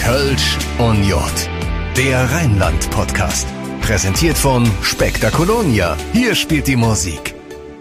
Kölsch und Jod, der Rheinland-Podcast. Präsentiert von Spektakolonia. Hier spielt die Musik.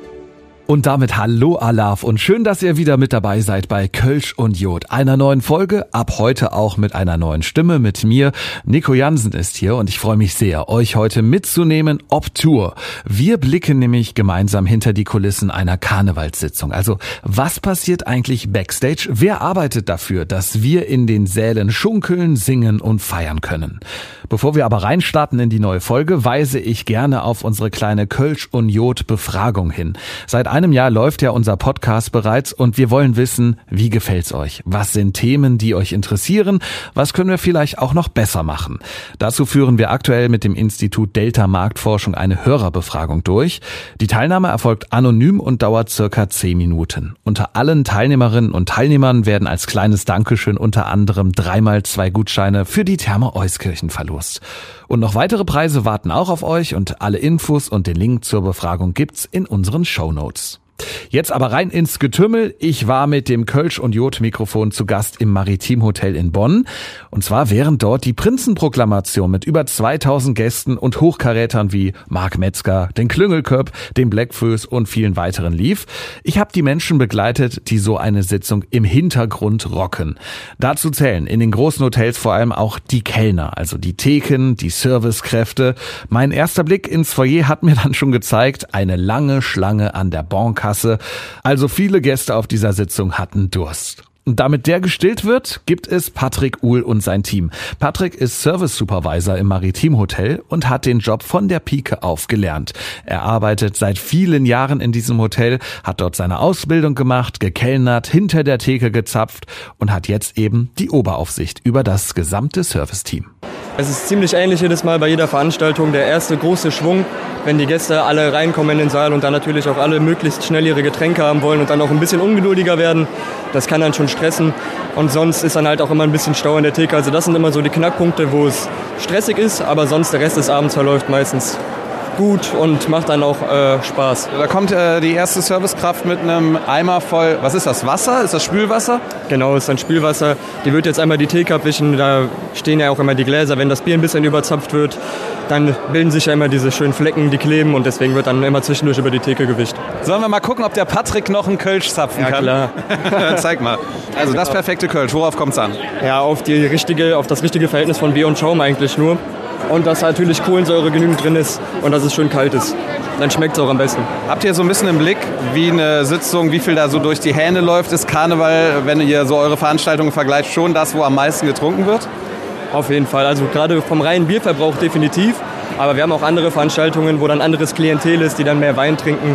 Und damit hallo Alaf und schön, dass ihr wieder mit dabei seid bei Kölsch und Jod, einer neuen Folge, ab heute auch mit einer neuen Stimme, mit mir. Nico Jansen ist hier und ich freue mich sehr, euch heute mitzunehmen ob Tour. Wir blicken nämlich gemeinsam hinter die Kulissen einer Karnevalssitzung. Also was passiert eigentlich backstage? Wer arbeitet dafür, dass wir in den Sälen schunkeln, singen und feiern können? Bevor wir aber reinstarten in die neue Folge, weise ich gerne auf unsere kleine Kölsch und Jod Befragung hin. Seit einem Jahr läuft ja unser Podcast bereits und wir wollen wissen, wie gefällt's euch? Was sind Themen, die euch interessieren? Was können wir vielleicht auch noch besser machen? Dazu führen wir aktuell mit dem Institut Delta Marktforschung eine Hörerbefragung durch. Die Teilnahme erfolgt anonym und dauert circa 10 Minuten. Unter allen Teilnehmerinnen und Teilnehmern werden als kleines Dankeschön unter anderem 3x2 Gutscheine für die Therme Euskirchen verlost. Und noch weitere Preise warten auch auf euch und alle Infos und den Link zur Befragung gibt's in unseren Shownotes. Jetzt aber rein ins Getümmel. Ich war mit dem Kölsch und Jod Mikrofon zu Gast im Maritim Hotel in Bonn. Und zwar während dort die Prinzenproklamation mit über 2000 Gästen und Hochkarätern wie Marc Metzger, den Klüngelköpp, dem Blackfoes und vielen weiteren lief. Ich habe die Menschen begleitet, die so eine Sitzung im Hintergrund rocken. Dazu zählen in den großen Hotels vor allem auch die Kellner, also die Theken, die Servicekräfte. Mein erster Blick ins Foyer hat mir dann schon gezeigt, eine lange Schlange an der Bonkasse. Also viele Gäste auf dieser Sitzung hatten Durst. Und damit der gestillt wird, gibt es Patrick Uhl und sein Team. Patrick ist Service Supervisor im Maritim Hotel und hat den Job von der Pike auf gelernt. Er arbeitet seit vielen Jahren in diesem Hotel, hat dort seine Ausbildung gemacht, gekellnert, hinter der Theke gezapft und hat jetzt eben die Oberaufsicht über das gesamte Serviceteam. Es ist ziemlich ähnlich jedes Mal bei jeder Veranstaltung. Der erste große Schwung, wenn die Gäste alle reinkommen in den Saal und dann natürlich auch alle möglichst schnell ihre Getränke haben wollen und dann auch ein bisschen ungeduldiger werden. Das kann dann schon stressen. Und sonst ist dann halt auch immer ein bisschen Stau in der Theke. Also das sind immer so die Knackpunkte, wo es stressig ist. Aber sonst der Rest des Abends verläuft meistens gut und macht dann auch Spaß. Da kommt die erste Servicekraft mit einem Eimer voll, was ist das, Wasser? Ist das Spülwasser? Genau, ist dann Spülwasser. Die wird jetzt einmal die Theke abwischen, da stehen ja auch immer die Gläser. Wenn das Bier ein bisschen überzapft wird, dann bilden sich ja immer diese schönen Flecken, die kleben und deswegen wird dann immer zwischendurch über die Theke gewischt. Sollen wir mal gucken, ob der Patrick noch einen Kölsch zapfen kann? Ja, klar. Zeig mal. Also das perfekte Kölsch, worauf kommt's an? Ja, auf das richtige Verhältnis von Bier und Schaum eigentlich nur. Und dass natürlich Kohlensäure genügend drin ist und dass es schön kalt ist. Dann schmeckt es auch am besten. Habt ihr so ein bisschen im Blick, wie eine Sitzung, wie viel da so durch die Hähne läuft? Ist Karneval, wenn ihr so eure Veranstaltungen vergleicht, schon das, wo am meisten getrunken wird? Auf jeden Fall. Also gerade vom reinen Bierverbrauch definitiv. Aber wir haben auch andere Veranstaltungen, wo dann anderes Klientel ist, die dann mehr Wein trinken.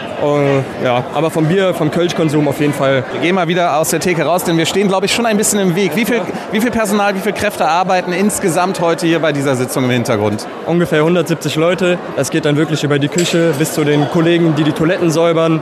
Ja, aber vom Bier, vom Kölschkonsum auf jeden Fall. Wir gehen mal wieder aus der Theke raus, denn wir stehen, glaube ich, schon ein bisschen im Weg. Wie viel Personal, wie viele Kräfte arbeiten insgesamt heute hier bei dieser Sitzung im Hintergrund? Ungefähr 170 Leute. Das geht dann wirklich über die Küche bis zu den Kollegen, die Toiletten säubern.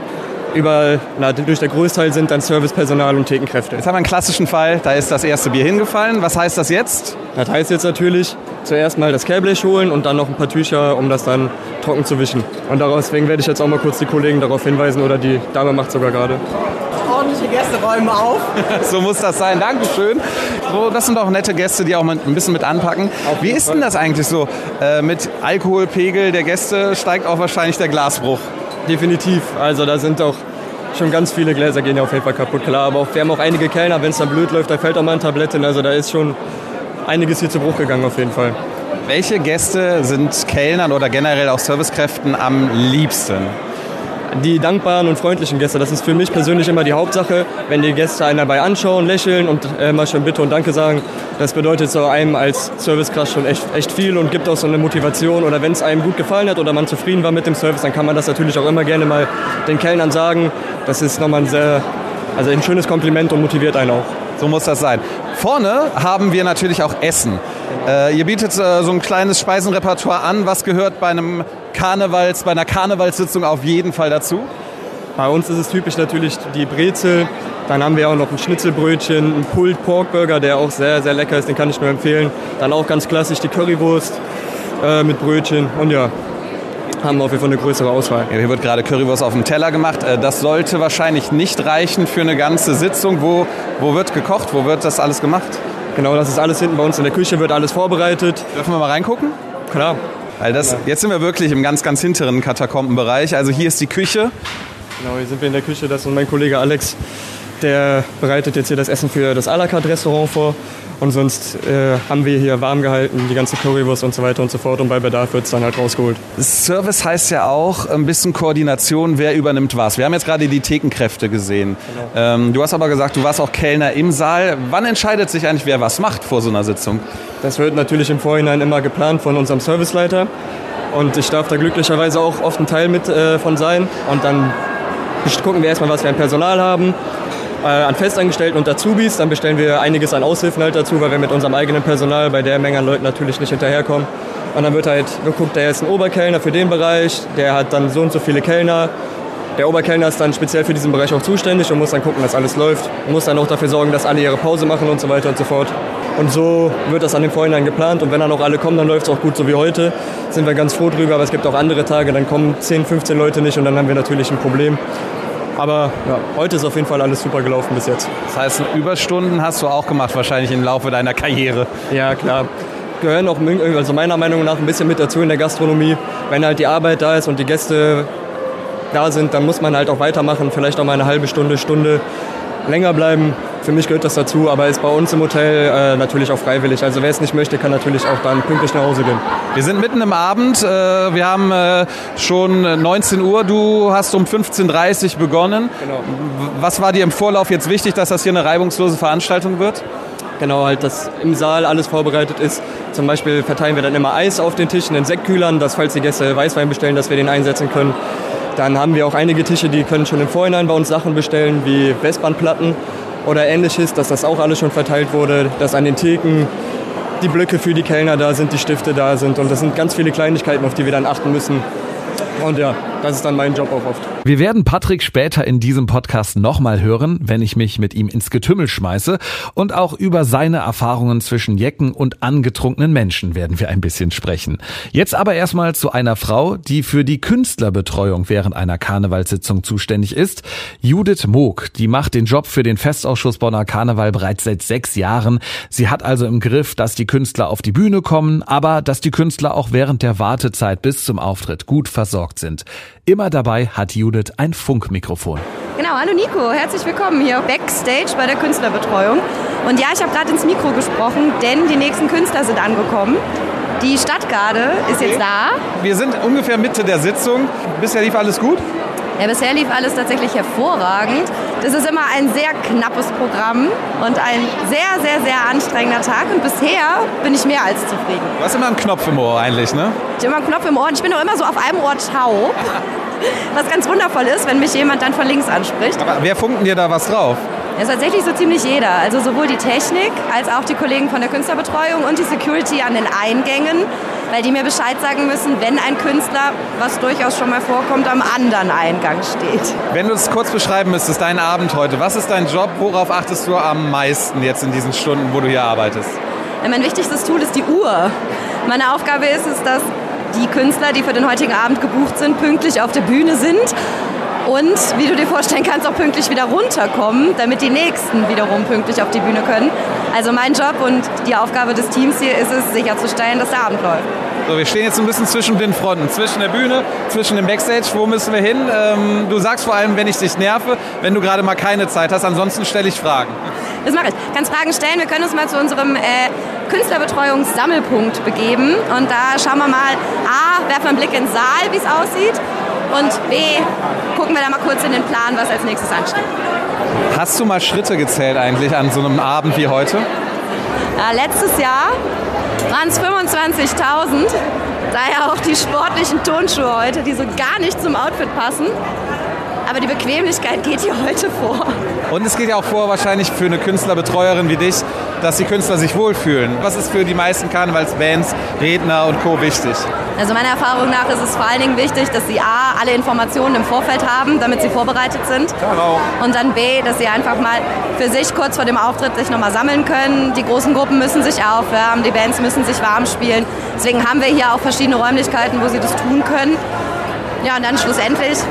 Durch der Großteil sind dann Servicepersonal und Thekenkräfte. Jetzt haben wir einen klassischen Fall, da ist das erste Bier hingefallen. Was heißt das jetzt? Das heißt jetzt natürlich zuerst mal das Kehrblech holen und dann noch ein paar Tücher, um das dann trocken zu wischen. Und deswegen werde ich jetzt auch mal kurz die Kollegen darauf hinweisen oder die Dame macht sogar gerade. Ordentliche Gäste räumen auf. So muss das sein, Dankeschön. So, das sind auch nette Gäste, die auch mal ein bisschen mit anpacken. Wie ist denn das eigentlich so? Mit Alkoholpegel der Gäste steigt auch wahrscheinlich der Glasbruch. Definitiv, also da sind auch schon ganz viele Gläser gehen ja auf jeden Fall kaputt, klar. Aber wir haben auch einige Kellner, wenn es dann blöd läuft, da fällt auch mal eine Tablette hin. Also da ist schon einiges hier zu Bruch gegangen auf jeden Fall. Welche Gäste sind Kellnern oder generell auch Servicekräften am liebsten? Die dankbaren und freundlichen Gäste, das ist für mich persönlich immer die Hauptsache. Wenn die Gäste einen dabei anschauen, lächeln und mal schön Bitte und Danke sagen, das bedeutet so einem als Servicekraft schon echt viel und gibt auch so eine Motivation. Oder wenn es einem gut gefallen hat oder man zufrieden war mit dem Service, dann kann man das natürlich auch immer gerne mal den Kellnern sagen. Das ist nochmal ein schönes Kompliment und motiviert einen auch. So muss das sein. Vorne haben wir natürlich auch Essen. Ihr bietet so ein kleines Speisenrepertoire an. Was gehört bei einer Karnevalssitzung auf jeden Fall dazu? Bei uns ist es typisch natürlich die Brezel. Dann haben wir auch noch ein Schnitzelbrötchen, einen Pulled Pork Burger, der auch sehr, sehr lecker ist. Den kann ich nur empfehlen. Dann auch ganz klassisch die Currywurst mit Brötchen. Und ja, haben wir auf jeden Fall eine größere Auswahl. Ja, hier wird gerade Currywurst auf dem Teller gemacht. Das sollte wahrscheinlich nicht reichen für eine ganze Sitzung. Wo wird gekocht? Wo wird das alles gemacht? Genau, das ist alles hinten bei uns in der Küche, wird alles vorbereitet. Dürfen wir mal reingucken? Klar. Weil jetzt sind wir wirklich im ganz, ganz hinteren Katakombenbereich. Also hier ist die Küche. Genau, hier sind wir in der Küche. Das ist mein Kollege Alex. Der bereitet jetzt hier das Essen für das à la carte Restaurant vor. Und sonst haben wir hier warm gehalten, die ganze Currywurst und so weiter und so fort. Und bei Bedarf wird es dann halt rausgeholt. Service heißt ja auch ein bisschen Koordination, wer übernimmt was. Wir haben jetzt gerade die Thekenkräfte gesehen. Genau. Du hast aber gesagt, du warst auch Kellner im Saal. Wann entscheidet sich eigentlich, wer was macht vor so einer Sitzung? Das wird natürlich im Vorhinein immer geplant von unserem Serviceleiter. Und ich darf da glücklicherweise auch oft ein Teil mit von sein. Und dann gucken wir erstmal, was wir an Personal haben. An Festangestellten und Azubis, dann bestellen wir einiges an Aushilfen halt dazu, weil wir mit unserem eigenen Personal bei der Menge an Leuten natürlich nicht hinterherkommen. Und dann wird halt geguckt, der ist ein Oberkellner für den Bereich, der hat dann so und so viele Kellner. Der Oberkellner ist dann speziell für diesen Bereich auch zuständig und muss dann gucken, dass alles läuft. Und muss dann auch dafür sorgen, dass alle ihre Pause machen und so weiter und so fort. Und so wird das an den Vorhinein geplant. Und wenn dann auch alle kommen, dann läuft es auch gut, so wie heute. Sind wir ganz froh drüber, aber es gibt auch andere Tage, dann kommen 10, 15 Leute nicht und dann haben wir natürlich ein Problem. Aber ja, heute ist auf jeden Fall alles super gelaufen bis jetzt. Das heißt, Überstunden hast du auch gemacht wahrscheinlich im Laufe deiner Karriere. Ja, klar. Gehören auch also meiner Meinung nach ein bisschen mit dazu in der Gastronomie. Wenn halt die Arbeit da ist und die Gäste da sind, dann muss man halt auch weitermachen. Vielleicht auch mal eine halbe Stunde länger bleiben. Für mich gehört das dazu, aber ist bei uns im Hotel natürlich auch freiwillig. Also wer es nicht möchte, kann natürlich auch dann pünktlich nach Hause gehen. Wir sind mitten im Abend. Wir haben schon 19 Uhr. Du hast um 15:30 Uhr begonnen. Genau. Was war dir im Vorlauf jetzt wichtig, dass das hier eine reibungslose Veranstaltung wird? Genau, halt, dass im Saal alles vorbereitet ist. Zum Beispiel verteilen wir dann immer Eis auf den Tischen in Sektkühlern, dass falls die Gäste Weißwein bestellen, dass wir den einsetzen können. Dann haben wir auch einige Tische, die können schon im Vorhinein bei uns Sachen bestellen, wie Westbandplatten oder Ähnliches, dass das auch alles schon verteilt wurde, dass an den Theken die Blöcke für die Kellner da sind, die Stifte da sind. Und das sind ganz viele Kleinigkeiten, auf die wir dann achten müssen. Und ja, das ist dann mein Job auch oft. Wir werden Patrick später in diesem Podcast nochmal hören, wenn ich mich mit ihm ins Getümmel schmeiße. Und auch über seine Erfahrungen zwischen Jecken und angetrunkenen Menschen werden wir ein bisschen sprechen. Jetzt aber erstmal zu einer Frau, die für die Künstlerbetreuung während einer Karnevalssitzung zuständig ist. Judith Moog, die macht den Job für den Festausschuss Bonner Karneval bereits seit 6 Jahren. Sie hat also im Griff, dass die Künstler auf die Bühne kommen, aber dass die Künstler auch während der Wartezeit bis zum Auftritt gut versorgt sind. Immer dabei hat Judith ein Funkmikrofon. Genau, hallo Nico, herzlich willkommen hier Backstage bei der Künstlerbetreuung. Und ja, ich habe gerade ins Mikro gesprochen, denn die nächsten Künstler sind angekommen. Die Stadtgarde ist jetzt da. Wir sind ungefähr Mitte der Sitzung. Bisher lief alles gut? Ja, bisher lief alles tatsächlich hervorragend. Das ist immer ein sehr knappes Programm und ein sehr, sehr, sehr anstrengender Tag. Und bisher bin ich mehr als zufrieden. Du hast immer einen Knopf im Ohr eigentlich, ne? Ich habe immer einen Knopf im Ohr und ich bin auch immer so auf einem Ohr taub. Was ganz wundervoll ist, wenn mich jemand dann von links anspricht. Aber wer funkt denn dir da was drauf? Das ist tatsächlich so ziemlich jeder. Also sowohl die Technik als auch die Kollegen von der Künstlerbetreuung und die Security an den Eingängen, weil die mir Bescheid sagen müssen, wenn ein Künstler, was durchaus schon mal vorkommt, am anderen Eingang steht. Wenn du es kurz beschreiben müsstest, deinen Abend heute, was ist dein Job? Worauf achtest du am meisten jetzt in diesen Stunden, wo du hier arbeitest? Ja, mein wichtigstes Tool ist die Uhr. Meine Aufgabe ist es, dass die Künstler, die für den heutigen Abend gebucht sind, pünktlich auf der Bühne sind. Und, wie du dir vorstellen kannst, auch pünktlich wieder runterkommen, damit die Nächsten wiederum pünktlich auf die Bühne können. Also mein Job und die Aufgabe des Teams hier ist es, sicherzustellen, dass der Abend läuft. So, wir stehen jetzt ein bisschen zwischen den Fronten, zwischen der Bühne, zwischen dem Backstage. Wo müssen wir hin? Du sagst vor allem, wenn ich dich nerve, wenn du gerade mal keine Zeit hast. Ansonsten stelle ich Fragen. Das mache ich. Du kannst Fragen stellen. Wir können uns mal zu unserem Künstlerbetreuungssammelpunkt begeben. Und da schauen wir mal, A, werfen wir einen Blick in den Saal, wie es aussieht. Und B, gucken wir da mal kurz in den Plan, was als nächstes ansteht. Hast du mal Schritte gezählt eigentlich an so einem Abend wie heute? Ja, letztes Jahr waren es 25.000. Daher auch die sportlichen Turnschuhe heute, die so gar nicht zum Outfit passen. Aber die Bequemlichkeit geht hier heute vor. Und es geht ja auch vor, wahrscheinlich für eine Künstlerbetreuerin wie dich, dass die Künstler sich wohlfühlen. Was ist für die meisten Karnevalsbands, Redner und Co. wichtig? Also meiner Erfahrung nach ist es vor allen Dingen wichtig, dass sie A, alle Informationen im Vorfeld haben, damit sie vorbereitet sind. Genau. Und dann B, dass sie einfach mal für sich kurz vor dem Auftritt sich nochmal sammeln können. Die großen Gruppen müssen sich aufwärmen, die Bands müssen sich warm spielen. Deswegen haben wir hier auch verschiedene Räumlichkeiten, wo sie das tun können. Ja, und dann schlussendlich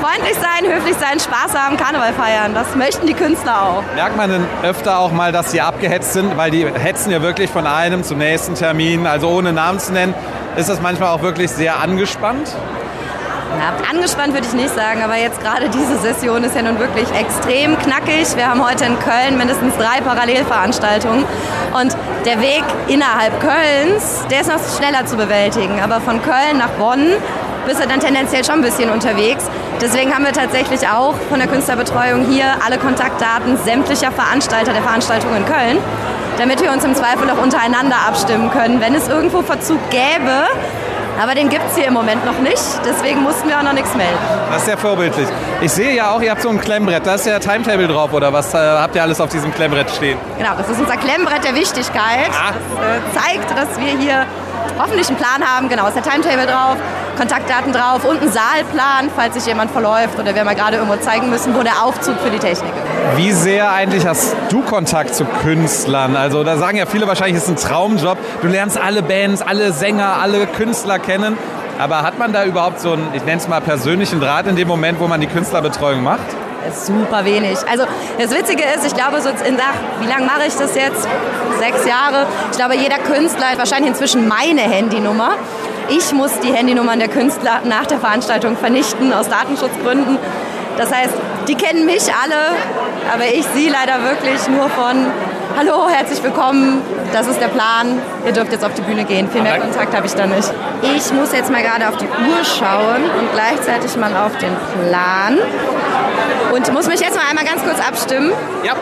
freundlich sein, höflich sein, Spaß haben, Karneval feiern. Das möchten die Künstler auch. Merkt man denn öfter auch mal, dass sie abgehetzt sind? Weil die hetzen ja wirklich von einem zum nächsten Termin. Also ohne Namen zu nennen, ist das manchmal auch wirklich sehr angespannt? Ja, angespannt würde ich nicht sagen, aber jetzt gerade diese Session ist ja nun wirklich extrem knackig. Wir haben heute in Köln mindestens 3 Parallelveranstaltungen und der Weg innerhalb Kölns, der ist noch schneller zu bewältigen. Aber von Köln nach Bonn bist du dann tendenziell schon ein bisschen unterwegs. Deswegen haben wir tatsächlich auch von der Künstlerbetreuung hier alle Kontaktdaten sämtlicher Veranstalter der Veranstaltung in Köln, damit wir uns im Zweifel auch untereinander abstimmen können, wenn es irgendwo Verzug gäbe. Aber den gibt es hier im Moment noch nicht, deswegen mussten wir auch noch nichts melden. Das ist ja vorbildlich. Ich sehe ja auch, ihr habt so ein Klemmbrett, da ist ja Timetable drauf, oder was habt ihr alles auf diesem Klemmbrett stehen? Genau, das ist unser Klemmbrett der Wichtigkeit. Das zeigt, dass wir hier hoffentlich einen Plan haben. Genau, ist der Timetable drauf, Kontaktdaten drauf und ein Saalplan, falls sich jemand verläuft oder wir mal gerade irgendwo zeigen müssen, wo der Aufzug für die Technik ist. Wie sehr eigentlich hast du Kontakt zu Künstlern? Also da sagen ja viele wahrscheinlich, es ist ein Traumjob. Du lernst alle Bands, alle Sänger, alle Künstler kennen. Aber hat man da überhaupt so einen, ich nenne es mal, persönlichen Draht in dem Moment, wo man die Künstlerbetreuung macht? Das ist super wenig. Also das Witzige ist, ich glaube, so wie lange mache ich das jetzt? 6 Jahre. Ich glaube, jeder Künstler hat wahrscheinlich inzwischen meine Handynummer. Ich muss die Handynummern der Künstler nach der Veranstaltung vernichten, aus Datenschutzgründen. Das heißt, die kennen mich alle, aber ich sie leider wirklich nur von hallo, herzlich willkommen, das ist der Plan, ihr dürft jetzt auf die Bühne gehen. Viel mehr Kontakt habe ich da nicht. Ich muss jetzt mal gerade auf die Uhr schauen und gleichzeitig mal auf den Plan. Und muss mich jetzt mal einmal ganz kurz abstimmen. Ja.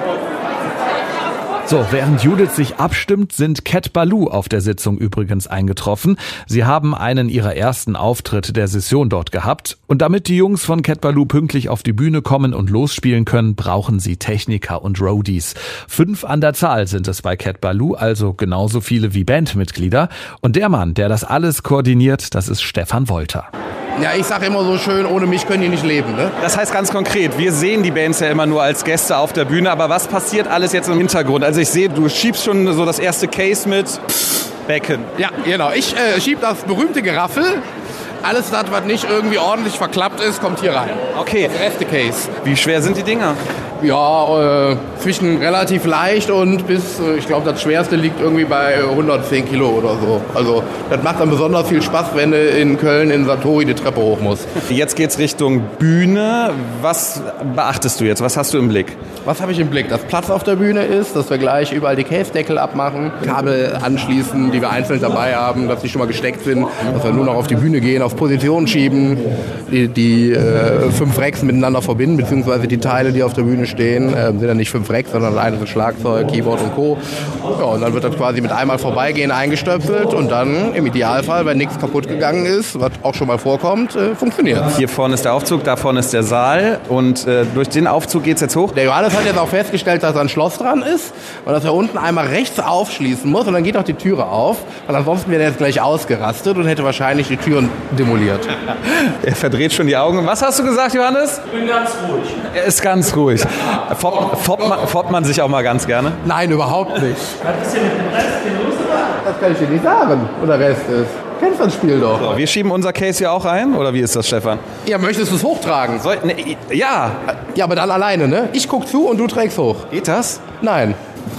So, während Judith sich abstimmt, sind Cat Ballou auf der Sitzung übrigens eingetroffen. Sie haben einen ihrer ersten Auftritte der Session dort gehabt. Und damit die Jungs von Cat Ballou pünktlich auf die Bühne kommen und losspielen können, brauchen sie Techniker und Roadies. 5 an der Zahl sind es bei Cat Ballou, also genauso viele wie Bandmitglieder. Und der Mann, der das alles koordiniert, das ist Stefan Wolter. Ja, ich sage immer so schön, ohne mich können die nicht leben. Ne? Das heißt ganz konkret, wir sehen die Bands ja immer nur als Gäste auf der Bühne, aber was passiert alles jetzt im Hintergrund? Also ich sehe, du schiebst schon so das erste Case mit Becken. Ja, genau. Ich schiebe das berühmte Geraffel. Alles das, was nicht irgendwie ordentlich verklappt ist, kommt hier rein. Okay. Das erste Case. Wie schwer sind die Dinger? Ja, zwischen relativ leicht und bis, ich glaube, das Schwerste liegt irgendwie bei 110 Kilo oder so. Also das macht dann besonders viel Spaß, wenn du in Köln in Satori die Treppe hoch musst. Jetzt geht's Richtung Bühne. Was beachtest du jetzt? Was hast du im Blick? Was habe ich im Blick? Dass Platz auf der Bühne ist, dass wir gleich überall die Case-Deckel abmachen, Kabel anschließen, die wir einzeln dabei haben, dass die schon mal gesteckt sind, dass wir nur noch auf die Bühne gehen, auf Position schieben, die 5 Racks miteinander verbinden, beziehungsweise die Teile, die auf der Bühne stehen, sind dann nicht 5 Racks, sondern das eine ist Schlagzeug, Keyboard und Co. Ja, und dann wird das quasi mit einmal vorbeigehen eingestöpselt und dann im Idealfall, wenn nichts kaputt gegangen ist, was auch schon mal vorkommt, funktioniert. Hier vorne ist der Aufzug, da vorne ist der Saal und durch den Aufzug geht's jetzt hoch. Der Johannes hat jetzt auch festgestellt, dass da ein Schloss dran ist und dass er unten einmal rechts aufschließen muss und dann geht auch die Türe auf, weil ansonsten wäre er jetzt gleich ausgerastet und hätte wahrscheinlich die Türen demoliert. Er verdreht schon die Augen. Was hast du gesagt, Johannes? Ich bin ganz ruhig. Er ist ganz ruhig. Foppt man sich auch mal ganz gerne? Nein, überhaupt nicht. Was ist denn mit dem Rest hier los? Das kann ich dir nicht sagen, wo der Rest ist. Kennst du das Spiel doch? So, wir schieben unser Case hier auch ein, oder wie ist das, Stefan? Ja, möchtest du es hochtragen? Ja. Ja, aber dann alleine, ne? Ich guck zu und du trägst hoch. Geht das? Nein.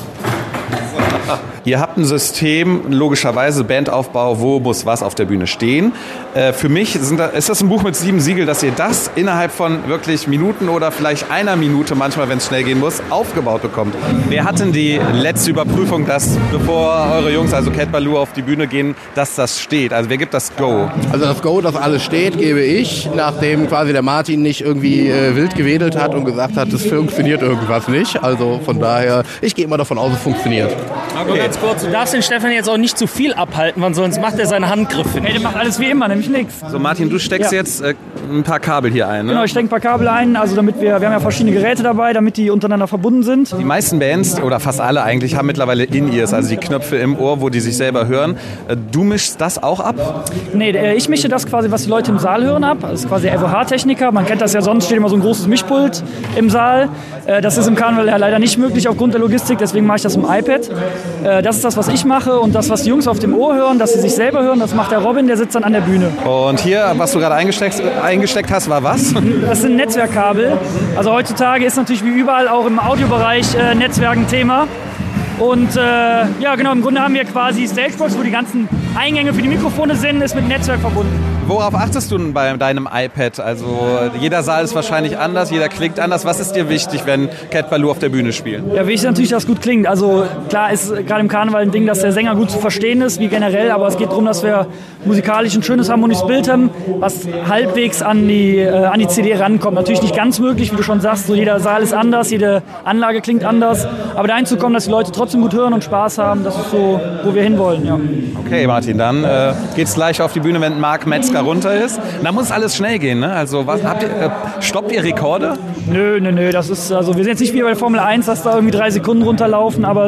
Ihr habt ein System, logischerweise Bandaufbau, wo muss was auf der Bühne stehen. Für mich ist das ein Buch mit 7 Siegeln, dass ihr das innerhalb von wirklich Minuten oder vielleicht einer Minute, manchmal wenn es schnell gehen muss, aufgebaut bekommt. Wer hat denn die letzte Überprüfung, dass bevor eure Jungs, also Cat Ballou, auf die Bühne gehen, dass das steht? Also wer gibt das Go? Also das Go, dass alles steht, gebe ich, nachdem quasi der Martin nicht irgendwie wild gewedelt hat und gesagt hat, es funktioniert irgendwas nicht. Also von daher, ich gehe immer davon aus, es funktioniert. Okay. Ganz kurz, du darfst den Stefan jetzt auch nicht zu viel abhalten, weil sonst macht er seine Handgriffe. Hey, der macht alles wie immer, nämlich nichts. So Martin, du steckst jetzt ein paar Kabel hier ein, ne? Genau, ich stecke ein paar Kabel ein, also damit wir haben ja verschiedene Geräte dabei, damit die untereinander verbunden sind. Die meisten Bands, oder fast alle eigentlich, haben mittlerweile In-Ears, also die Knöpfe im Ohr, wo die sich selber hören. Du mischst das auch ab? Nee, ich mische das quasi, was die Leute im Saal hören, ab. Das ist quasi FOH-Techniker. Man kennt das ja, sonst steht immer so ein großes Mischpult im Saal. Das ist im Karneval ja leider nicht möglich aufgrund der Logistik, deswegen mache ich das im iPad. iPad. Das ist das, was ich mache und das, was die Jungs auf dem Ohr hören, dass sie sich selber hören, das macht der Robin, der sitzt dann an der Bühne. Und hier, was du gerade eingesteckt hast, war was? Das sind Netzwerkkabel. Also heutzutage ist natürlich wie überall auch im Audiobereich Netzwerk ein Thema. Und ja, genau, im Grunde haben wir quasi Stagebox, wo die ganzen Eingänge für die Mikrofone sind, ist mit Netzwerk verbunden. Worauf achtest du denn bei deinem iPad? Also jeder Saal ist wahrscheinlich anders, jeder klingt anders. Was ist dir wichtig, wenn Cat Ballou auf der Bühne spielen? Ja, wichtig ist natürlich, dass es gut klingt. Also klar ist gerade im Karneval ein Ding, dass der Sänger gut zu verstehen ist, wie generell. Aber es geht darum, dass wir musikalisch ein schönes harmonisches Bild haben, was halbwegs an die CD rankommt. Natürlich nicht ganz möglich, wie du schon sagst. So jeder Saal ist anders, jede Anlage klingt anders. Aber dahin zu kommen, dass die Leute trotzdem gut hören und Spaß haben, das ist so, wo wir hinwollen. Ja. Okay, Martin, dann geht's gleich auf die Bühne, wenn Marc Metzger runter ist. Da muss alles schnell gehen, ne? Also stoppt ihr Rekorde? Nö. Das ist, also wir sind jetzt nicht wie bei der Formel 1, dass da irgendwie 3 Sekunden runterlaufen, aber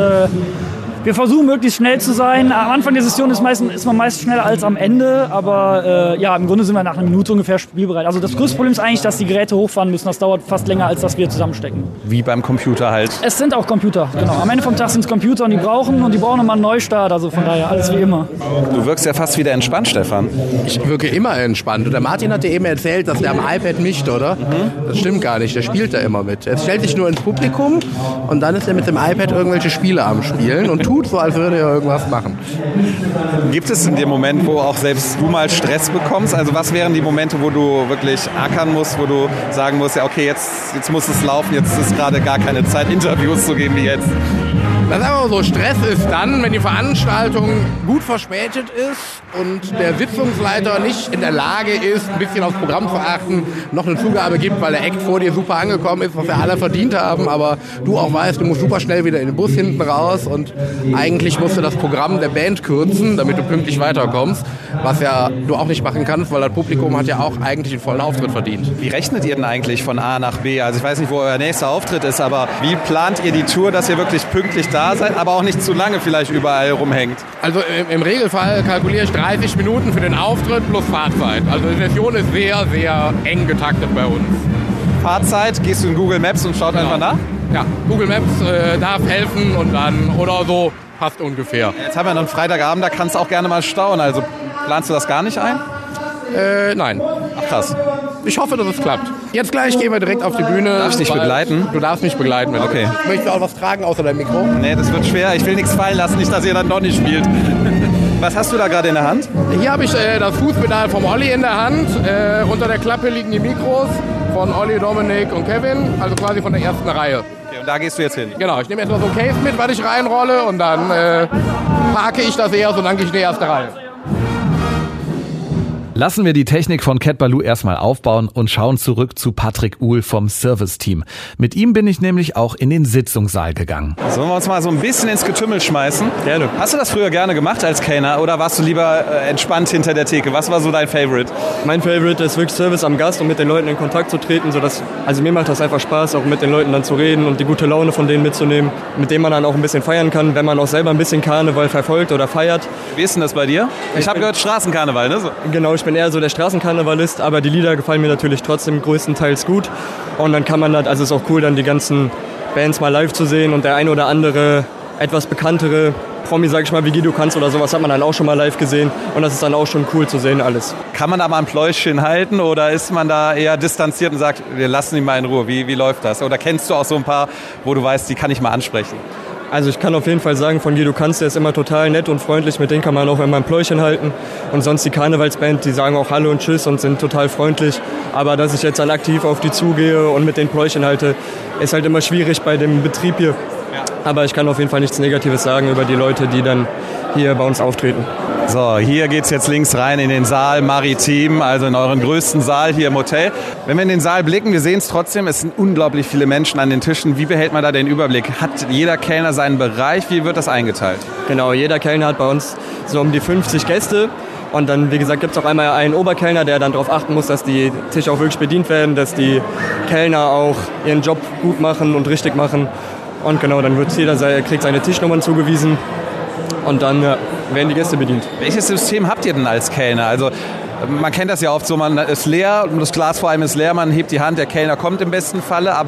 wir versuchen möglichst schnell zu sein. Am Anfang der Session ist man meist schneller als am Ende, aber ja, im Grunde sind wir nach einer Minute ungefähr spielbereit. Also das größte Problem ist eigentlich, dass die Geräte hochfahren müssen. Das dauert fast länger, als dass wir zusammenstecken. Wie beim Computer halt. Es sind auch Computer, genau. Am Ende vom Tag sind es Computer und die brauchen nochmal einen Neustart. Also von daher alles wie immer. Du wirkst ja fast wieder entspannt, Stefan. Ich wirke immer entspannt. Und der Martin hat dir eben erzählt, dass der am iPad mischt, oder? Das stimmt gar nicht. Der spielt da immer mit. Er stellt sich nur ins Publikum und dann ist er mit dem iPad irgendwelche Spiele am Spielen und tut so, als würde er irgendwas machen. Gibt es in dem Moment, wo auch selbst du mal Stress bekommst? Also was wären die Momente, wo du wirklich ackern musst, wo du sagen musst, ja okay, jetzt muss es laufen, jetzt ist gerade gar keine Zeit, Interviews zu geben wie jetzt? Das ist aber so, Stress ist dann, wenn die Veranstaltung gut verspätet ist und der Sitzungsleiter nicht in der Lage ist, ein bisschen aufs Programm zu achten, noch eine Zugabe gibt, weil der Act vor dir super angekommen ist, was wir alle verdient haben, aber du auch weißt, du musst super schnell wieder in den Bus hinten raus und eigentlich musst du das Programm der Band kürzen, damit du pünktlich weiterkommst, was ja du auch nicht machen kannst, weil das Publikum hat ja auch eigentlich einen vollen Auftritt verdient. Wie rechnet ihr denn eigentlich von A nach B? Also ich weiß nicht, wo euer nächster Auftritt ist, aber wie plant ihr die Tour, dass ihr wirklich pünktlich da seid, aber auch nicht zu lange vielleicht überall rumhängt? Also im Regelfall kalkuliere ich 30 Minuten für den Auftritt plus Fahrzeit. Also die Session ist sehr, sehr eng getaktet bei uns. Fahrzeit, gehst du in Google Maps und schaut einfach nach? Ja, Google Maps darf helfen und dann oder so passt ungefähr. Jetzt haben wir noch einen Freitagabend, da kannst du auch gerne mal stauen. Also planst du das gar nicht ein? Nein. Ach krass. Ich hoffe, dass es klappt. Jetzt gleich gehen wir direkt auf die Bühne. Darfst du dich begleiten? Du darfst mich begleiten. Okay. Möchtest du auch was tragen außer dein Mikro? Nee, das wird schwer. Ich will nichts fallen lassen, nicht, dass ihr dann doch nicht spielt. Was hast du da gerade in der Hand? Hier habe ich das Fußpedal vom Olli in der Hand. Unter der Klappe liegen die Mikros von Olli, Dominik und Kevin, also quasi von der ersten Reihe. Okay, und da gehst du jetzt hin? Genau, ich nehme jetzt mal so ein Case mit, was ich reinrolle und dann parke ich das erst und dann gehe ich in die erste Reihe. Lassen wir die Technik von Cat Ballou erstmal aufbauen und schauen zurück zu Patrick Uhl vom Service-Team. Mit ihm bin ich nämlich auch in den Sitzungssaal gegangen. Sollen wir uns mal so ein bisschen ins Getümmel schmeißen? Gerne. Hast du das früher gerne gemacht als Kellner oder warst du lieber entspannt hinter der Theke? Was war so dein Favorite? Mein Favorite ist wirklich Service am Gast und mit den Leuten in Kontakt zu treten. Also mir macht das einfach Spaß, auch mit den Leuten dann zu reden und die gute Laune von denen mitzunehmen, mit denen man dann auch ein bisschen feiern kann, wenn man auch selber ein bisschen Karneval verfolgt oder feiert. Wie ist denn das bei dir? Ich habe gehört Straßenkarneval, ne? So. Genau, ich bin eher so der Straßenkarnevalist, aber die Lieder gefallen mir natürlich trotzdem größtenteils gut. Und dann kann man das, also es ist auch cool, dann die ganzen Bands mal live zu sehen und der ein oder andere etwas bekanntere Promi, sag ich mal, wie Guido Kanz oder sowas, hat man dann auch schon mal live gesehen und das ist dann auch schon cool zu sehen alles. Kann man da mal ein Pläuschchen halten oder ist man da eher distanziert und sagt, wir lassen ihn mal in Ruhe? Wie läuft das? Oder kennst du auch so ein paar, wo du weißt, die kann ich mal ansprechen? Also ich kann auf jeden Fall sagen, von Guido Kanz, der ist immer total nett und freundlich, mit denen kann man auch immer ein Pläuschchen halten. Und sonst die Karnevalsband, die sagen auch Hallo und Tschüss und sind total freundlich. Aber dass ich jetzt dann aktiv auf die zugehe und mit den Pläuschchen halte, ist halt immer schwierig bei dem Betrieb hier. Aber ich kann auf jeden Fall nichts Negatives sagen über die Leute, die dann hier bei uns auftreten. So, hier geht's jetzt links rein in den Saal Maritim, also in euren größten Saal hier im Hotel. Wenn wir in den Saal blicken, wir sehen es trotzdem, es sind unglaublich viele Menschen an den Tischen. Wie behält man da den Überblick? Hat jeder Kellner seinen Bereich? Wie wird das eingeteilt? Genau, jeder Kellner hat bei uns so um die 50 Gäste. Und dann, wie gesagt, gibt es auch einmal einen Oberkellner, der dann darauf achten muss, dass die Tische auch wirklich bedient werden, dass die Kellner auch ihren Job gut machen und richtig machen. Und genau, dann wird kriegt seine Tischnummern zugewiesen. Und dann werden die Gäste bedient. Welches System habt ihr denn als Kellner? Also man kennt das ja oft so, man ist leer, das Glas vor einem ist leer, man hebt die Hand, der Kellner kommt im besten Falle, aber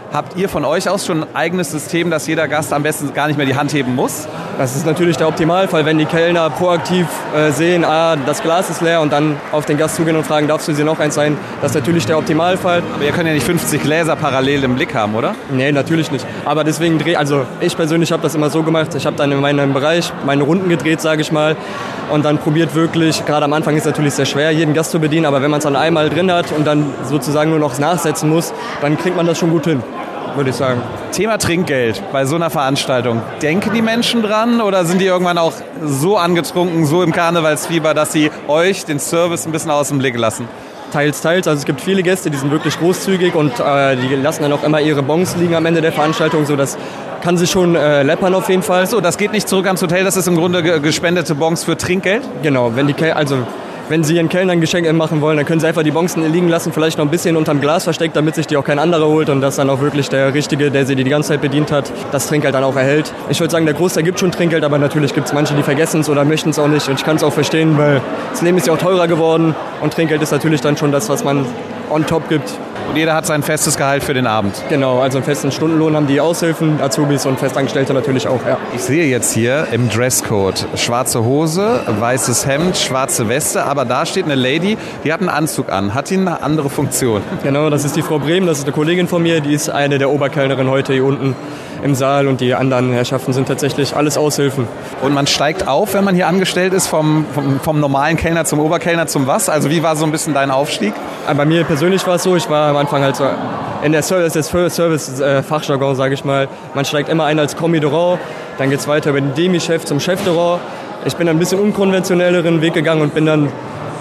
Habt ihr von euch aus schon ein eigenes System, dass jeder Gast am besten gar nicht mehr die Hand heben muss? Das ist natürlich der Optimalfall, wenn die Kellner proaktiv sehen, das Glas ist leer und dann auf den Gast zugehen und fragen, darfst du sie noch eins sein? Das ist natürlich der Optimalfall. Aber ihr könnt ja nicht 50 Gläser parallel im Blick haben, oder? Nee, natürlich nicht. Aber deswegen ich persönlich habe das immer so gemacht, ich habe dann in meinem Bereich meine Runden gedreht, sage ich mal, und dann probiert wirklich, gerade am Anfang ist es natürlich sehr schwer, jeden Gast zu bedienen, aber wenn man es dann einmal drin hat und dann sozusagen nur noch nachsetzen muss, dann kriegt man das schon gut hin, würde ich sagen. Thema Trinkgeld bei so einer Veranstaltung. Denken die Menschen dran oder sind die irgendwann auch so angetrunken, so im Karnevalsfieber, dass sie euch, den Service, ein bisschen aus dem Blick lassen? Teils. Also es gibt viele Gäste, die sind wirklich großzügig und die lassen dann auch immer ihre Bons liegen am Ende der Veranstaltung, so das kann sich schon läppern auf jeden Fall. So, das geht nicht zurück ans Hotel, das ist im Grunde gespendete Bons für Trinkgeld? Genau, wenn Sie Ihren Kellnern ein Geschenk machen wollen, dann können Sie einfach die Bons liegen lassen, vielleicht noch ein bisschen unterm Glas versteckt, damit sich die auch kein anderer holt und dass dann auch wirklich der Richtige, der sie die ganze Zeit bedient hat, das Trinkgeld dann auch erhält. Ich würde sagen, der Großteil gibt schon Trinkgeld, aber natürlich gibt es manche, die vergessen es oder möchten es auch nicht. Und ich kann es auch verstehen, weil das Leben ist ja auch teurer geworden und Trinkgeld ist natürlich dann schon das, was man on top gibt. Und jeder hat sein festes Gehalt für den Abend? Genau, also einen festen Stundenlohn haben die Aushilfen, Azubis und Festangestellte natürlich auch, ja. Ich sehe jetzt hier im Dresscode schwarze Hose, weißes Hemd, schwarze Weste, aber da steht eine Lady, die hat einen Anzug an. Hat die eine andere Funktion? Genau, das ist die Frau Brehm, das ist eine Kollegin von mir, die ist eine der Oberkellnerinnen heute hier unten im Saal und die anderen Herrschaften sind tatsächlich alles Aushilfen. Und man steigt auf, wenn man hier angestellt ist, vom normalen Kellner zum Oberkellner zum was? Also wie war so ein bisschen dein Aufstieg? Bei mir persönlich war es so, ich war am Anfang halt so in der Service-Fachjargon, sage ich mal. Man steigt immer ein als Commis de Rang, dann geht es weiter über den Demi-Chef zum Chef de Rang. Ich bin ein bisschen unkonventionelleren Weg gegangen und bin dann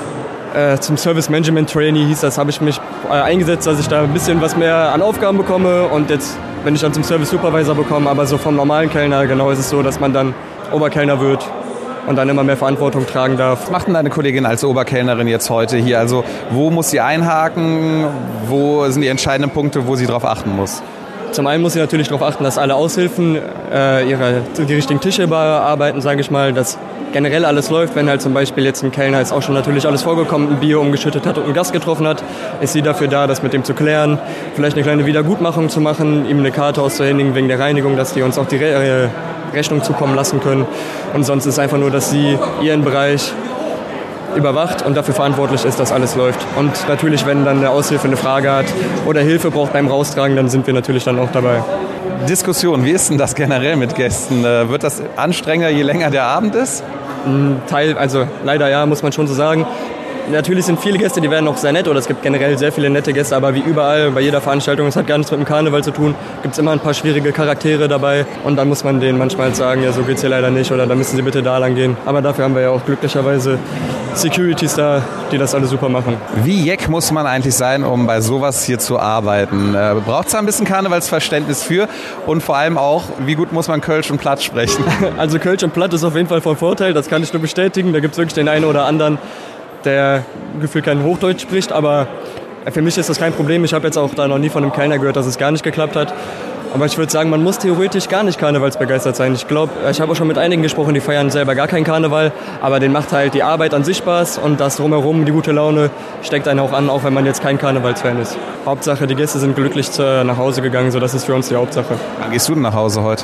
zum Service-Management-Trainee, hieß das, habe ich mich eingesetzt, dass ich da ein bisschen was mehr an Aufgaben bekomme und jetzt bin ich dann zum Service-Supervisor bekommen, aber so vom normalen Kellner genau ist es so, dass man dann Oberkellner wird und dann immer mehr Verantwortung tragen darf. Was macht denn deine Kollegin als Oberkellnerin jetzt heute hier? Also wo muss sie einhaken? Wo sind die entscheidenden Punkte, wo sie darauf achten muss? Zum einen muss sie natürlich darauf achten, dass alle Aushilfen die richtigen Tische bearbeiten, sage ich mal, dass generell alles läuft. Wenn halt zum Beispiel jetzt ein Kellner, ist auch schon natürlich alles vorgekommen, ein Bier umgeschüttet hat und einen Gast getroffen hat, ist sie dafür da, das mit dem zu klären, vielleicht eine kleine Wiedergutmachung zu machen, ihm eine Karte auszuhändigen wegen der Reinigung, dass die uns auch die Rechnung zukommen lassen können. Und sonst ist es einfach nur, dass sie ihren Bereich überwacht und dafür verantwortlich ist, dass alles läuft. Und natürlich, wenn dann eine Aushilfe eine Frage hat oder Hilfe braucht beim Raustragen, dann sind wir natürlich dann auch dabei. Diskussion, wie ist denn das generell mit Gästen? Wird das anstrengender, je länger der Abend ist? Also leider ja, muss man schon so sagen. Natürlich sind viele Gäste, die werden auch sehr nett oder es gibt generell sehr viele nette Gäste, aber wie überall, bei jeder Veranstaltung, es hat gar nichts mit dem Karneval zu tun, gibt es immer ein paar schwierige Charaktere dabei und dann muss man denen manchmal sagen, ja so geht's hier leider nicht oder da müssen sie bitte da lang gehen. Aber dafür haben wir ja auch glücklicherweise Securities da, die das alle super machen. Wie jeck muss man eigentlich sein, um bei sowas hier zu arbeiten? Braucht es da ein bisschen Karnevalsverständnis für und vor allem auch, wie gut muss man Kölsch und Platt sprechen? Also Kölsch und Platt ist auf jeden Fall von Vorteil, das kann ich nur bestätigen, da gibt es wirklich den einen oder anderen, der gefühlt kein Hochdeutsch spricht, aber für mich ist das kein Problem. Ich habe jetzt auch da noch nie von einem Kellner gehört, dass es gar nicht geklappt hat. Aber ich würde sagen, man muss theoretisch gar nicht karnevalsbegeistert sein. Ich glaube, ich habe auch schon mit einigen gesprochen, die feiern selber gar keinen Karneval, aber denen macht halt die Arbeit an sich Spaß und das Drumherum, die gute Laune, steckt einen auch an, auch wenn man jetzt kein Karnevalsfan ist. Hauptsache, die Gäste sind glücklich nach Hause gegangen, so das ist für uns die Hauptsache. Wann gehst du denn nach Hause heute?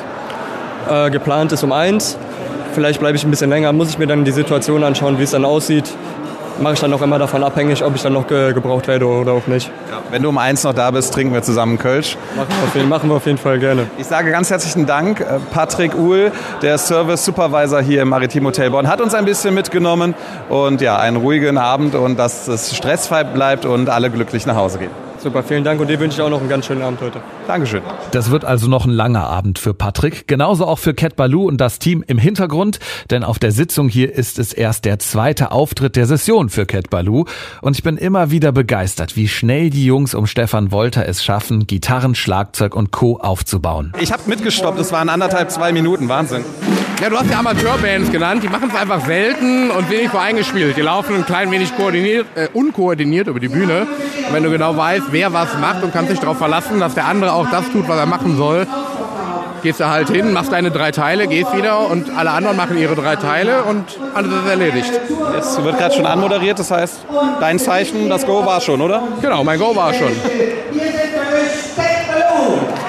Geplant ist um 1. Vielleicht bleibe ich ein bisschen länger, muss ich mir dann die Situation anschauen, wie es dann aussieht. Mache ich dann auch immer davon abhängig, ob ich dann noch gebraucht werde oder auch nicht. Ja, wenn du um 1 noch da bist, trinken wir zusammen Kölsch. Machen wir auf jeden Fall gerne. Ich sage ganz herzlichen Dank. Patrick Uhl, der Service Supervisor hier im Maritim Hotel Bonn, hat uns ein bisschen mitgenommen. Und ja, einen ruhigen Abend und dass es stressfrei bleibt und alle glücklich nach Hause gehen. Super, vielen Dank und dir wünsche ich auch noch einen ganz schönen Abend heute. Dankeschön. Das wird also noch ein langer Abend für Patrick, genauso auch für Cat Ballou und das Team im Hintergrund, denn auf der Sitzung hier ist es erst der zweite Auftritt der Session für Cat Ballou und ich bin immer wieder begeistert, wie schnell die Jungs um Stefan Wolter es schaffen, Gitarren, Schlagzeug und Co. aufzubauen. Ich habe mitgestoppt, es waren 2 Minuten, Wahnsinn. Ja, du hast ja Amateurbands genannt, die machen es einfach selten und wenig voreingespielt. Die laufen ein klein wenig unkoordiniert über die Bühne. Und wenn du genau weißt, wer was macht und kannst dich darauf verlassen, dass der andere auch das tut, was er machen soll, gehst du halt hin, machst deine 3 Teile, gehst wieder und alle anderen machen ihre 3 Teile und alles ist erledigt. Jetzt wird gerade schon anmoderiert, das heißt, dein Zeichen, das Go war schon, oder? Genau, mein Go war schon.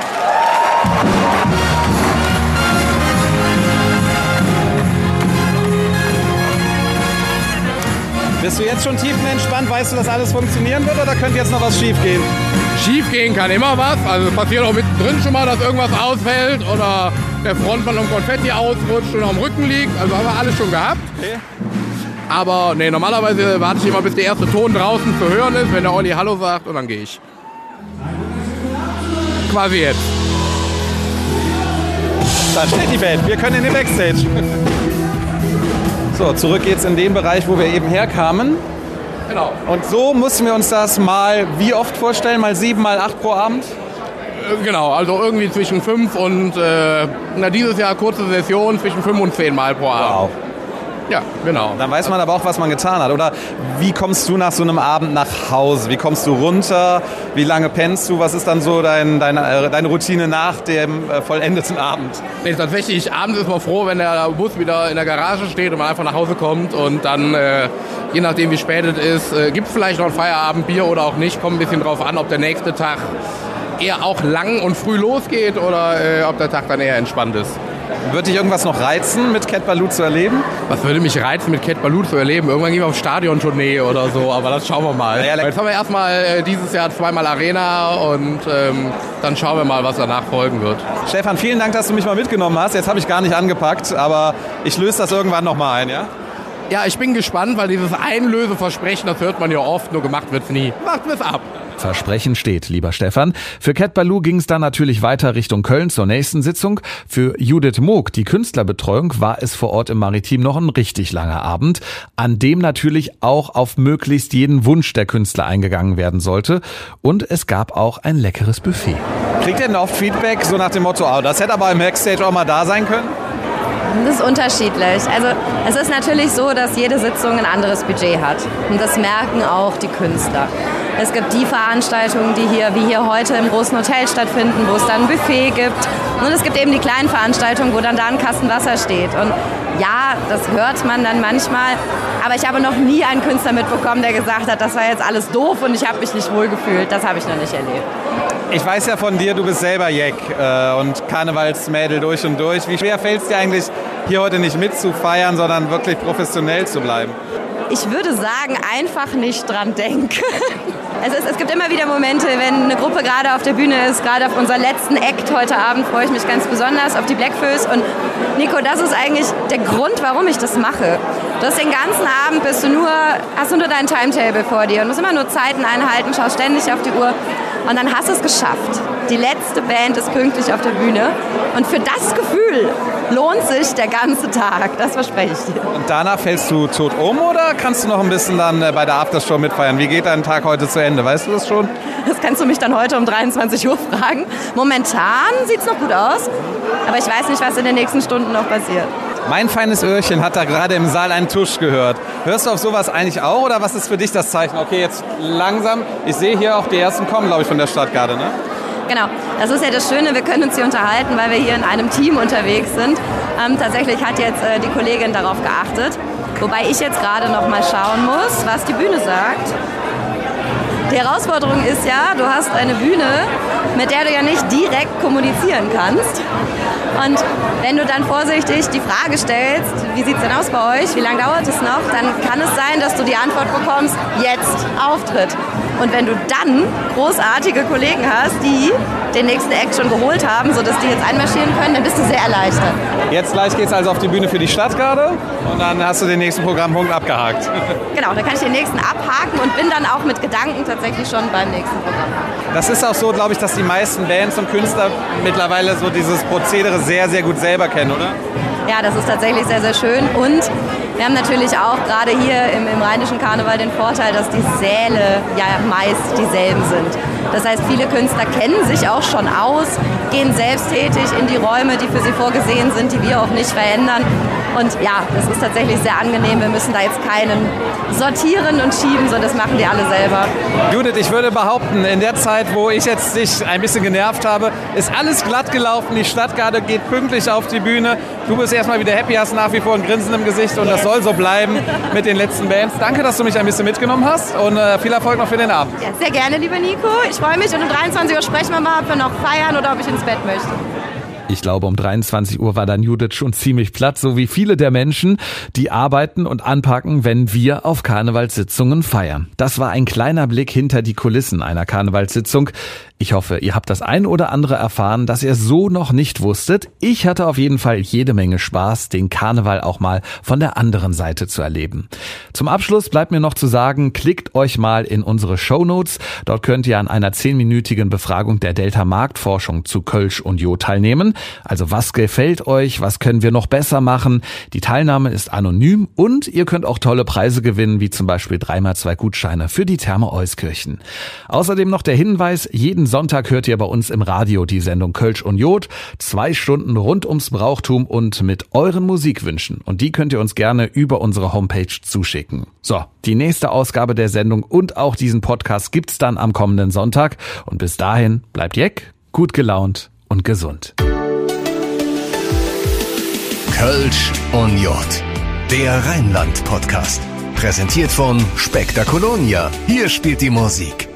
Bist du jetzt schon tiefenentspannt? Weißt du, dass alles funktionieren wird oder könnte jetzt noch was schief gehen? Schief gehen kann immer was. Also es passiert auch mittendrin schon mal, dass irgendwas ausfällt oder der Frontmann um Konfetti ausrutscht und am Rücken liegt. Also haben wir alles schon gehabt. Okay. Aber nee, normalerweise warte ich immer, bis der erste Ton draußen zu hören ist, wenn der Olli Hallo sagt, und dann gehe ich. Quasi jetzt. Da steht die Band. Wir können in den Backstage. So, zurück geht's in den Bereich, wo wir eben herkamen. Genau. Und so mussten wir uns das mal wie oft vorstellen? Mal 7, mal 8 pro Abend? Genau, also irgendwie zwischen 5 und dieses Jahr kurze Session zwischen 5 und 10 Mal pro Abend. Wow. Ja, genau. Dann weiß man aber auch, was man getan hat. Oder wie kommst du nach so einem Abend nach Hause? Wie kommst du runter? Wie lange pennst du? Was ist dann so deine Routine nach dem vollendeten Abend? Nee, tatsächlich, abends ist man froh, wenn der Bus wieder in der Garage steht und man einfach nach Hause kommt. Und dann, je nachdem wie spät es ist, gibt es vielleicht noch ein Feierabendbier oder auch nicht. Kommt ein bisschen drauf an, ob der nächste Tag eher auch lang und früh losgeht oder ob der Tag dann eher entspannt ist. Würde dich irgendwas noch reizen, mit Cat Ballou zu erleben? Was würde mich reizen, mit Cat Ballou zu erleben? Irgendwann gehen wir auf Stadiontournee oder so, aber das schauen wir mal. Ja, jetzt haben wir erstmal dieses Jahr 2-mal Arena und dann schauen wir mal, was danach folgen wird. Stefan, vielen Dank, dass du mich mal mitgenommen hast. Jetzt habe ich gar nicht angepackt, aber ich löse das irgendwann nochmal ein, ja? Ja, ich bin gespannt, weil dieses Einlöseversprechen, das hört man ja oft, nur gemacht wird's nie. Macht es ab. Versprechen steht, lieber Stefan. Für Cat Ballou ging es dann natürlich weiter Richtung Köln zur nächsten Sitzung. Für Judith Moog, die Künstlerbetreuung, war es vor Ort im Maritim noch ein richtig langer Abend, an dem natürlich auch auf möglichst jeden Wunsch der Künstler eingegangen werden sollte. Und es gab auch ein leckeres Buffet. Kriegt ihr denn oft Feedback so nach dem Motto, oh, das hätte aber im Backstage auch mal da sein können? Das ist unterschiedlich. Also es ist natürlich so, dass jede Sitzung ein anderes Budget hat. Und das merken auch die Künstler. Es gibt die Veranstaltungen, die hier, wie hier heute im großen Hotel stattfinden, wo es dann ein Buffet gibt. Und es gibt eben die kleinen Veranstaltungen, wo dann da ein Kasten Wasser steht. Und ja, das hört man dann manchmal. Aber ich habe noch nie einen Künstler mitbekommen, der gesagt hat, das war jetzt alles doof und ich habe mich nicht wohlgefühlt. Das habe ich noch nicht erlebt. Ich weiß ja von dir, du bist selber Jack und Karnevalsmädel durch und durch. Wie schwer fällt es dir eigentlich, hier heute nicht mitzufeiern, sondern wirklich professionell zu bleiben? Ich würde sagen, einfach nicht dran denken. Es gibt immer wieder Momente, wenn eine Gruppe gerade auf der Bühne ist, gerade auf unserer letzten Act heute Abend freue ich mich ganz besonders auf die Blackfoes. Und Nico, das ist eigentlich der Grund, warum ich das mache. Du hast den ganzen Abend, hast du nur dein Timetable vor dir und musst immer nur Zeiten einhalten, schaust ständig auf die Uhr und dann hast du es geschafft. Die letzte Band ist pünktlich auf der Bühne und für das Gefühl lohnt sich der ganze Tag, das verspreche ich dir. Und danach fällst du tot um oder kannst du noch ein bisschen dann bei der Aftershow mitfeiern? Wie geht dein Tag heute zu Ende? Weißt du das schon? Das kannst du mich dann heute um 23 Uhr fragen. Momentan sieht es noch gut aus, aber ich weiß nicht, was in den nächsten Stunden noch passiert. Mein feines Öhrchen hat da gerade im Saal einen Tusch gehört. Hörst du auf sowas eigentlich auch oder was ist für dich das Zeichen? Okay, jetzt langsam. Ich sehe hier auch die ersten kommen, glaube ich, von der Stadtgarde, ne? Genau, das ist ja das Schöne, wir können uns hier unterhalten, weil wir hier in einem Team unterwegs sind. Tatsächlich hat jetzt die Kollegin darauf geachtet, wobei ich jetzt gerade noch mal schauen muss, was die Bühne sagt. Die Herausforderung ist ja, du hast eine Bühne, mit der du ja nicht direkt kommunizieren kannst. Und wenn du dann vorsichtig die Frage stellst, wie sieht es denn aus bei euch, wie lange dauert es noch, dann kann es sein, dass du die Antwort bekommst, jetzt Auftritt. Und wenn du dann großartige Kollegen hast, die den nächsten Act schon geholt haben, sodass die jetzt einmarschieren können, dann bist du sehr erleichtert. Jetzt gleich geht es also auf die Bühne für die Stadtgarde und dann hast du den nächsten Programmpunkt abgehakt. Genau, dann kann ich den nächsten abhaken und bin dann auch mit Gedanken tatsächlich schon beim nächsten Programm. Das ist auch so, glaube ich, dass die meisten Bands und Künstler mittlerweile so dieses Prozedere sehr, sehr gut selber kennen, oder? Ja, das ist tatsächlich sehr, sehr schön und wir haben natürlich auch gerade hier im Rheinischen Karneval den Vorteil, dass die Säle ja meist dieselben sind. Das heißt, viele Künstler kennen sich auch schon aus, gehen selbsttätig in die Räume, die für sie vorgesehen sind, die wir auch nicht verändern. Und ja, das ist tatsächlich sehr angenehm. Wir müssen da jetzt keinen sortieren und schieben, sondern das machen die alle selber. Judith, ich würde behaupten, in der Zeit, wo ich jetzt dich ein bisschen genervt habe, ist alles glatt gelaufen. Die Stadtgarde geht pünktlich auf die Bühne. Du bist erstmal wieder happy, hast nach wie vor ein Grinsen im Gesicht und das soll so bleiben mit den letzten Bands. Danke, dass du mich ein bisschen mitgenommen hast und viel Erfolg noch für den Abend. Ja, sehr gerne, lieber Nico. Ich freue mich und um 23 Uhr sprechen wir mal, ob wir noch feiern oder ob ich ins Bett möchte. Ich glaube, um 23 Uhr war dann Judith schon ziemlich platt, so wie viele der Menschen, die arbeiten und anpacken, wenn wir auf Karnevalssitzungen feiern. Das war ein kleiner Blick hinter die Kulissen einer Karnevalssitzung. Ich hoffe, ihr habt das ein oder andere erfahren, das ihr so noch nicht wusstet. Ich hatte auf jeden Fall jede Menge Spaß, den Karneval auch mal von der anderen Seite zu erleben. Zum Abschluss bleibt mir noch zu sagen, klickt euch mal in unsere Shownotes. Dort könnt ihr an einer 10-minütigen Befragung der Delta Marktforschung zu Kölsch und Jod teilnehmen. Also was gefällt euch? Was können wir noch besser machen? Die Teilnahme ist anonym und ihr könnt auch tolle Preise gewinnen, wie zum Beispiel 3x2 Gutscheine für die Therme Euskirchen. Außerdem noch der Hinweis, jeden Sonntag hört ihr bei uns im Radio die Sendung Kölsch und Jod. 2 Stunden rund ums Brauchtum und mit euren Musikwünschen. Und die könnt ihr uns gerne über unsere Homepage zuschicken. So, die nächste Ausgabe der Sendung und auch diesen Podcast gibt's dann am kommenden Sonntag. Und bis dahin bleibt Jeck, gut gelaunt und gesund. Kölsch und Jod, der Rheinland-Podcast. Präsentiert von Spektakolonia. Hier spielt die Musik